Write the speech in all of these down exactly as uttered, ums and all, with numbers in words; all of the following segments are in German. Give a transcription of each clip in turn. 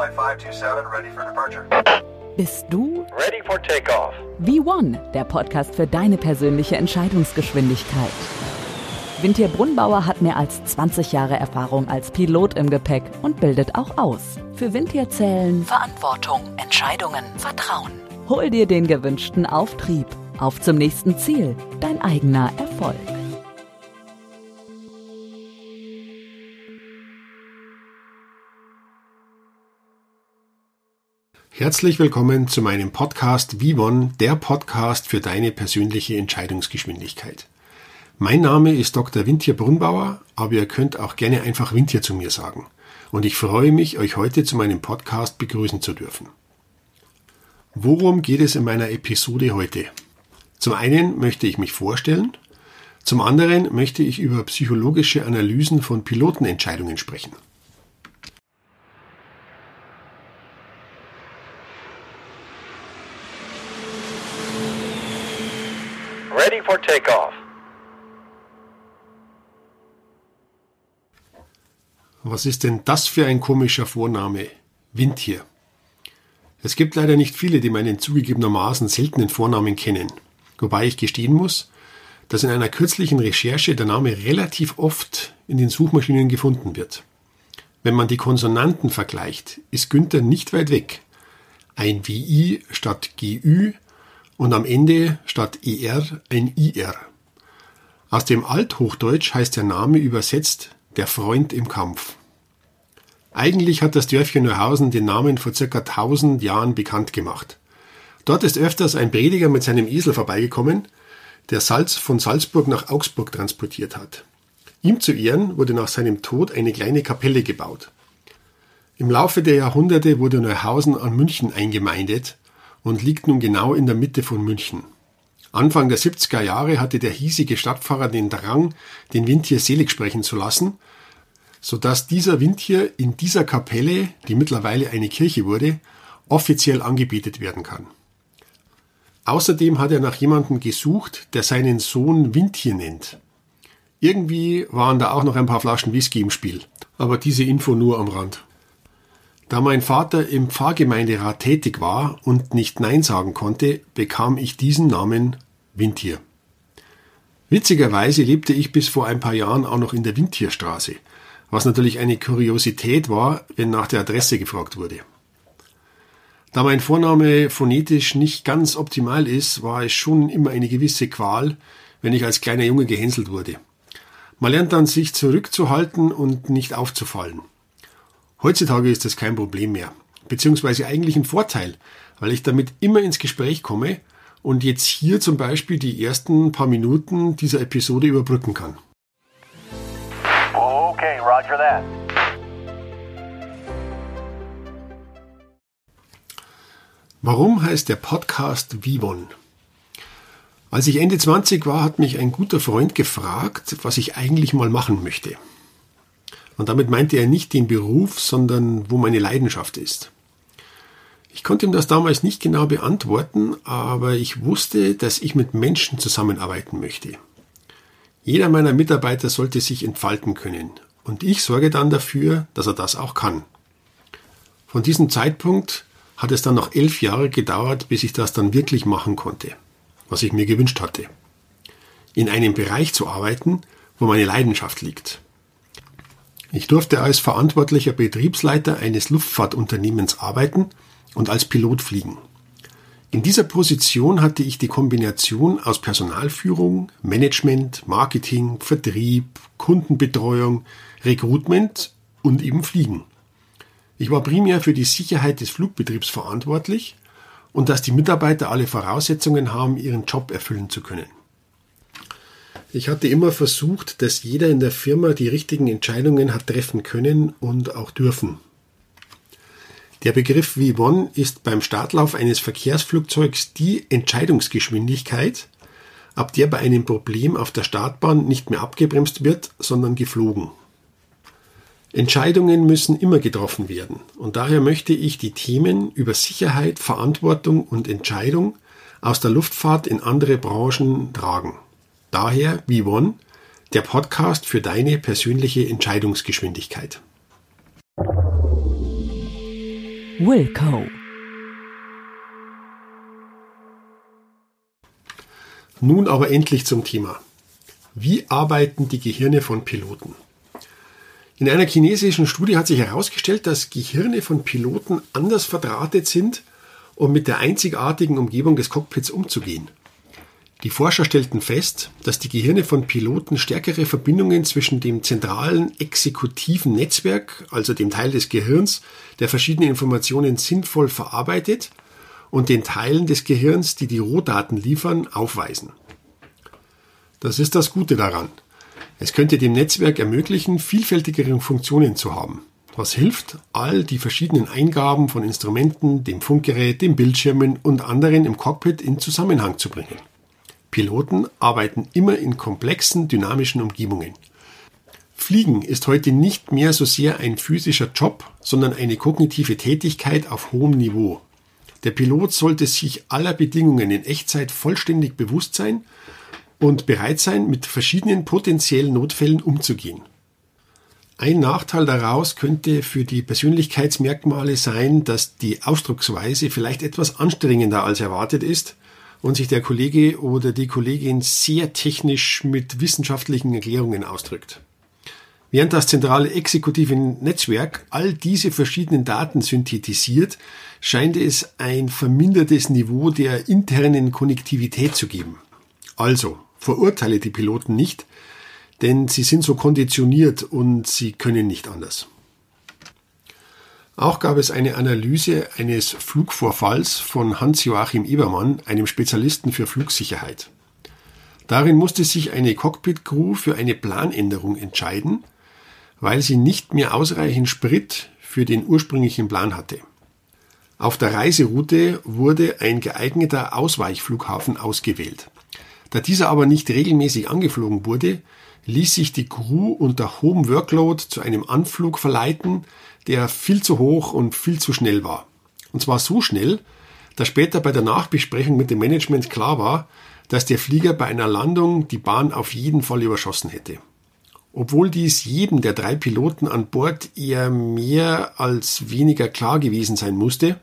Flight five two seven, ready for departure. Bist du Ready for takeoff. V eins, der Podcast für deine persönliche Entscheidungsgeschwindigkeit. Windtier Brunnbauer hat mehr als zwanzig Jahre Erfahrung als Pilot im Gepäck und bildet auch aus. Für Windtier zählen Verantwortung, Entscheidungen, Vertrauen. Hol dir den gewünschten Auftrieb. Auf zum nächsten Ziel, dein eigener Erfolg. Herzlich willkommen zu meinem Podcast V eins, der Podcast für deine persönliche Entscheidungsgeschwindigkeit. Mein Name ist Doktor Windtier Brunnbauer, aber ihr könnt auch gerne einfach Windtier zu mir sagen. Und ich freue mich, euch heute zu meinem Podcast begrüßen zu dürfen. Worum geht es in meiner Episode heute? Zum einen möchte ich mich vorstellen, zum anderen möchte ich über psychologische Analysen von Pilotenentscheidungen sprechen. Ready for takeoff. Was ist denn das für ein komischer Vorname? Windtier. Es gibt leider nicht viele, die meinen zugegebenermaßen seltenen Vornamen kennen. Wobei ich gestehen muss, dass in einer kürzlichen Recherche der Name relativ oft in den Suchmaschinen gefunden wird. Wenn man die Konsonanten vergleicht, ist Günther nicht weit weg. Ein W I statt G Ü und am Ende statt E R ein I R. Aus dem Althochdeutsch heißt der Name übersetzt der Freund im Kampf. Eigentlich hat das Dörfchen Neuhausen den Namen vor circa tausend Jahren bekannt gemacht. Dort ist öfters ein Prediger mit seinem Esel vorbeigekommen, der Salz von Salzburg nach Augsburg transportiert hat. Ihm zu Ehren wurde nach seinem Tod eine kleine Kapelle gebaut. Im Laufe der Jahrhunderte wurde Neuhausen an München eingemeindet und liegt nun genau in der Mitte von München. Anfang der siebziger Jahre hatte der hiesige Stadtpfarrer den Drang, den Windtier selig sprechen zu lassen, sodass dieser Windtier in dieser Kapelle, die mittlerweile eine Kirche wurde, offiziell angebetet werden kann. Außerdem hat er nach jemandem gesucht, der seinen Sohn Windtier nennt. Irgendwie waren da auch noch ein paar Flaschen Whisky im Spiel, aber diese Info nur am Rand. Da mein Vater im Pfarrgemeinderat tätig war und nicht Nein sagen konnte, bekam ich diesen Namen Windtier. Witzigerweise lebte ich bis vor ein paar Jahren auch noch in der Windtierstraße, was natürlich eine Kuriosität war, wenn nach der Adresse gefragt wurde. Da mein Vorname phonetisch nicht ganz optimal ist, war es schon immer eine gewisse Qual, wenn ich als kleiner Junge gehänselt wurde. Man lernt dann, sich zurückzuhalten und nicht aufzufallen. Heutzutage ist das kein Problem mehr, beziehungsweise eigentlich ein Vorteil, weil ich damit immer ins Gespräch komme und jetzt hier zum Beispiel die ersten paar Minuten dieser Episode überbrücken kann. Okay, roger that. Warum heißt der Podcast V eins? Als ich Ende zwanzig war, hat mich ein guter Freund gefragt, was ich eigentlich mal machen möchte. Und damit meinte er nicht den Beruf, sondern wo meine Leidenschaft ist. Ich konnte ihm das damals nicht genau beantworten, aber ich wusste, dass ich mit Menschen zusammenarbeiten möchte. Jeder meiner Mitarbeiter sollte sich entfalten können und ich sorge dann dafür, dass er das auch kann. Von diesem Zeitpunkt hat es dann noch elf Jahre gedauert, bis ich das dann wirklich machen konnte, was ich mir gewünscht hatte. In einem Bereich zu arbeiten, wo meine Leidenschaft liegt. Ich durfte als verantwortlicher Betriebsleiter eines Luftfahrtunternehmens arbeiten und als Pilot fliegen. In dieser Position hatte ich die Kombination aus Personalführung, Management, Marketing, Vertrieb, Kundenbetreuung, Recruitment und eben Fliegen. Ich war primär für die Sicherheit des Flugbetriebs verantwortlich und dass die Mitarbeiter alle Voraussetzungen haben, ihren Job erfüllen zu können. Ich hatte immer versucht, dass jeder in der Firma die richtigen Entscheidungen hat treffen können und auch dürfen. Der Begriff V eins ist beim Startlauf eines Verkehrsflugzeugs die Entscheidungsgeschwindigkeit, ab der bei einem Problem auf der Startbahn nicht mehr abgebremst wird, sondern geflogen. Entscheidungen müssen immer getroffen werden und daher möchte ich die Themen über Sicherheit, Verantwortung und Entscheidung aus der Luftfahrt in andere Branchen tragen. Daher V eins, der Podcast für deine persönliche Entscheidungsgeschwindigkeit. Wilco. Nun aber endlich zum Thema. Wie arbeiten die Gehirne von Piloten? In einer chinesischen Studie hat sich herausgestellt, dass Gehirne von Piloten anders verdrahtet sind, um mit der einzigartigen Umgebung des Cockpits umzugehen. Die Forscher stellten fest, dass die Gehirne von Piloten stärkere Verbindungen zwischen dem zentralen exekutiven Netzwerk, also dem Teil des Gehirns, der verschiedene Informationen sinnvoll verarbeitet, und den Teilen des Gehirns, die die Rohdaten liefern, aufweisen. Das ist das Gute daran. Es könnte dem Netzwerk ermöglichen, vielfältigere Funktionen zu haben. Was hilft, all die verschiedenen Eingaben von Instrumenten, dem Funkgerät, den Bildschirmen und anderen im Cockpit in Zusammenhang zu bringen. Piloten arbeiten immer in komplexen, dynamischen Umgebungen. Fliegen ist heute nicht mehr so sehr ein physischer Job, sondern eine kognitive Tätigkeit auf hohem Niveau. Der Pilot sollte sich aller Bedingungen in Echtzeit vollständig bewusst sein und bereit sein, mit verschiedenen potenziellen Notfällen umzugehen. Ein Nachteil daraus könnte für die Persönlichkeitsmerkmale sein, dass die Ausdrucksweise vielleicht etwas anstrengender als erwartet ist und sich der Kollege oder die Kollegin sehr technisch mit wissenschaftlichen Erklärungen ausdrückt. Während das zentrale exekutive Netzwerk all diese verschiedenen Daten synthetisiert, scheint es ein vermindertes Niveau der internen Konnektivität zu geben. Also, verurteile die Piloten nicht, denn sie sind so konditioniert und sie können nicht anders. Auch gab es eine Analyse eines Flugvorfalls von Hans-Joachim Ebermann, einem Spezialisten für Flugsicherheit. Darin musste sich eine Cockpit-Crew für eine Planänderung entscheiden, weil sie nicht mehr ausreichend Sprit für den ursprünglichen Plan hatte. Auf der Reiseroute wurde ein geeigneter Ausweichflughafen ausgewählt. Da dieser aber nicht regelmäßig angeflogen wurde, ließ sich die Crew unter hohem Workload zu einem Anflug verleiten, der viel zu hoch und viel zu schnell war. Und zwar so schnell, dass später bei der Nachbesprechung mit dem Management klar war, dass der Flieger bei einer Landung die Bahn auf jeden Fall überschossen hätte. Obwohl dies jedem der drei Piloten an Bord eher mehr als weniger klar gewesen sein musste,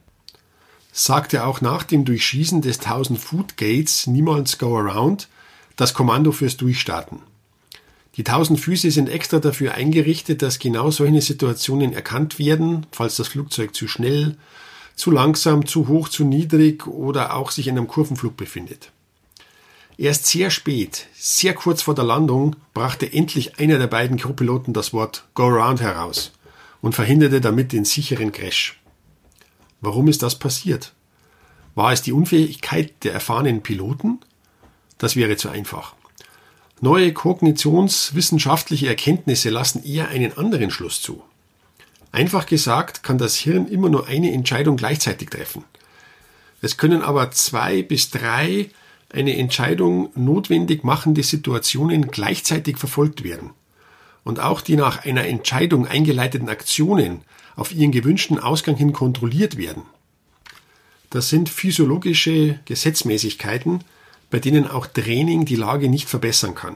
sagte auch nach dem Durchschießen des tausend-Foot-Gates niemals Go Around das Kommando fürs Durchstarten. Die tausend Füße sind extra dafür eingerichtet, dass genau solche Situationen erkannt werden, falls das Flugzeug zu schnell, zu langsam, zu hoch, zu niedrig oder auch sich in einem Kurvenflug befindet. Erst sehr spät, sehr kurz vor der Landung, brachte endlich einer der beiden Co-Piloten das Wort Go Around heraus und verhinderte damit den sicheren Crash. Warum ist das passiert? War es die Unfähigkeit der erfahrenen Piloten? Das wäre zu einfach. Neue kognitionswissenschaftliche Erkenntnisse lassen eher einen anderen Schluss zu. Einfach gesagt kann das Hirn immer nur eine Entscheidung gleichzeitig treffen. Es können aber zwei bis drei eine Entscheidung notwendig machende Situationen gleichzeitig verfolgt werden. Und auch die nach einer Entscheidung eingeleiteten Aktionen auf ihren gewünschten Ausgang hin kontrolliert werden. Das sind physiologische Gesetzmäßigkeiten, bei denen auch Training die Lage nicht verbessern kann.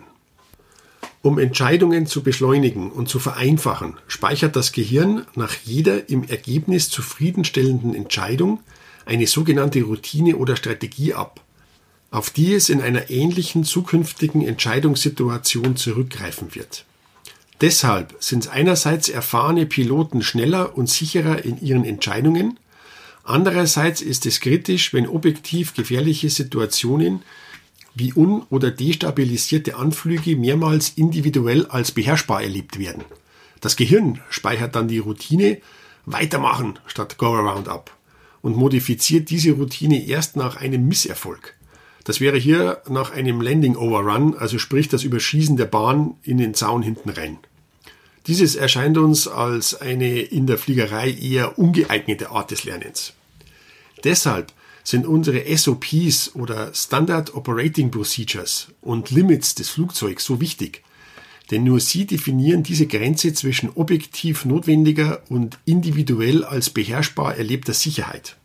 Um Entscheidungen zu beschleunigen und zu vereinfachen, speichert das Gehirn nach jeder im Ergebnis zufriedenstellenden Entscheidung eine sogenannte Routine oder Strategie ab, auf die es in einer ähnlichen zukünftigen Entscheidungssituation zurückgreifen wird. Deshalb sind einerseits erfahrene Piloten schneller und sicherer in ihren Entscheidungen, andererseits ist es kritisch, wenn objektiv gefährliche Situationen wie un- oder destabilisierte Anflüge mehrmals individuell als beherrschbar erlebt werden. Das Gehirn speichert dann die Routine weitermachen statt Go Around ab und modifiziert diese Routine erst nach einem Misserfolg. Das wäre hier nach einem Landing Overrun, also sprich das Überschießen der Bahn in den Zaun hinten rein. Dieses erscheint uns als eine in der Fliegerei eher ungeeignete Art des Lernens. Deshalb sind unsere S O Ps oder Standard Operating Procedures und Limits des Flugzeugs so wichtig, denn nur sie definieren diese Grenze zwischen objektiv notwendiger und individuell als beherrschbar erlebter Sicherheit.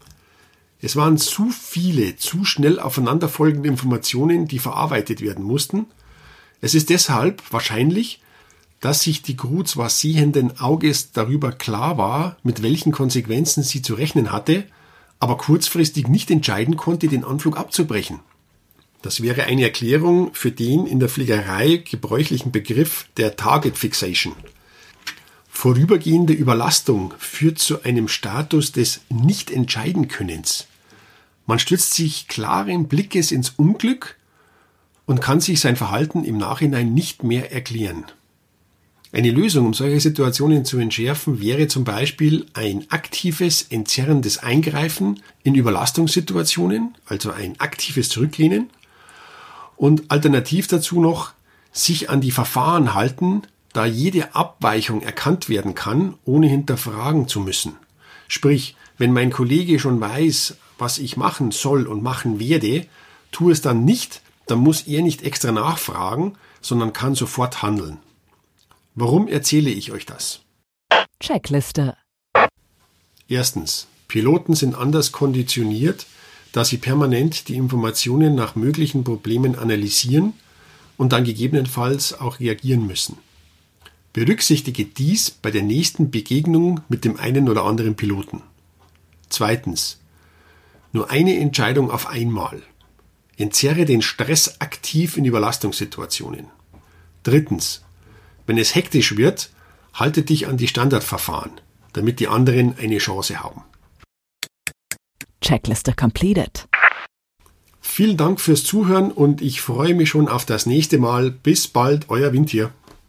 Es waren zu viele, zu schnell aufeinanderfolgende Informationen, die verarbeitet werden mussten. Es ist deshalb wahrscheinlich, dass sich die Crew zwar sehenden Auges darüber klar war, mit welchen Konsequenzen sie zu rechnen hatte, aber kurzfristig nicht entscheiden konnte, den Anflug abzubrechen. Das wäre eine Erklärung für den in der Fliegerei gebräuchlichen Begriff der Target Fixation. Vorübergehende Überlastung führt zu einem Status des Nicht-Entscheiden-Könnens. Man stürzt sich klaren Blickes ins Unglück und kann sich sein Verhalten im Nachhinein nicht mehr erklären. Eine Lösung, um solche Situationen zu entschärfen, wäre zum Beispiel ein aktives, entzerrendes Eingreifen in Überlastungssituationen, also ein aktives Zurücklehnen, und alternativ dazu noch sich an die Verfahren halten, da jede Abweichung erkannt werden kann, ohne hinterfragen zu müssen. Sprich, wenn mein Kollege schon weiß, was ich machen soll und machen werde, tue es dann nicht, dann muss er nicht extra nachfragen, sondern kann sofort handeln. Warum erzähle ich euch das? Checkliste. Erstens. Piloten sind anders konditioniert, da sie permanent die Informationen nach möglichen Problemen analysieren und dann gegebenenfalls auch reagieren müssen. Berücksichtige dies bei der nächsten Begegnung mit dem einen oder anderen Piloten. Zweitens. Nur eine Entscheidung auf einmal. Entzerre den Stress aktiv in Überlastungssituationen. Drittens. Wenn es hektisch wird, halte dich an die Standardverfahren, damit die anderen eine Chance haben. Checkliste completed. Vielen Dank fürs Zuhören und ich freue mich schon auf das nächste Mal. Bis bald, euer Windtier.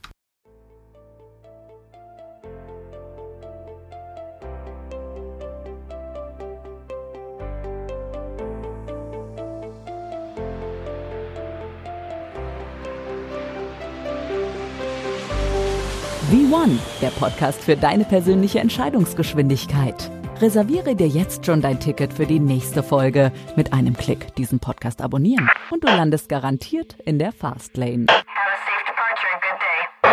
V eins, der Podcast für deine persönliche Entscheidungsgeschwindigkeit. Reserviere dir jetzt schon dein Ticket für die nächste Folge. Mit einem Klick diesen Podcast abonnieren und du landest garantiert in der Fastlane. Have a safe departure and good day.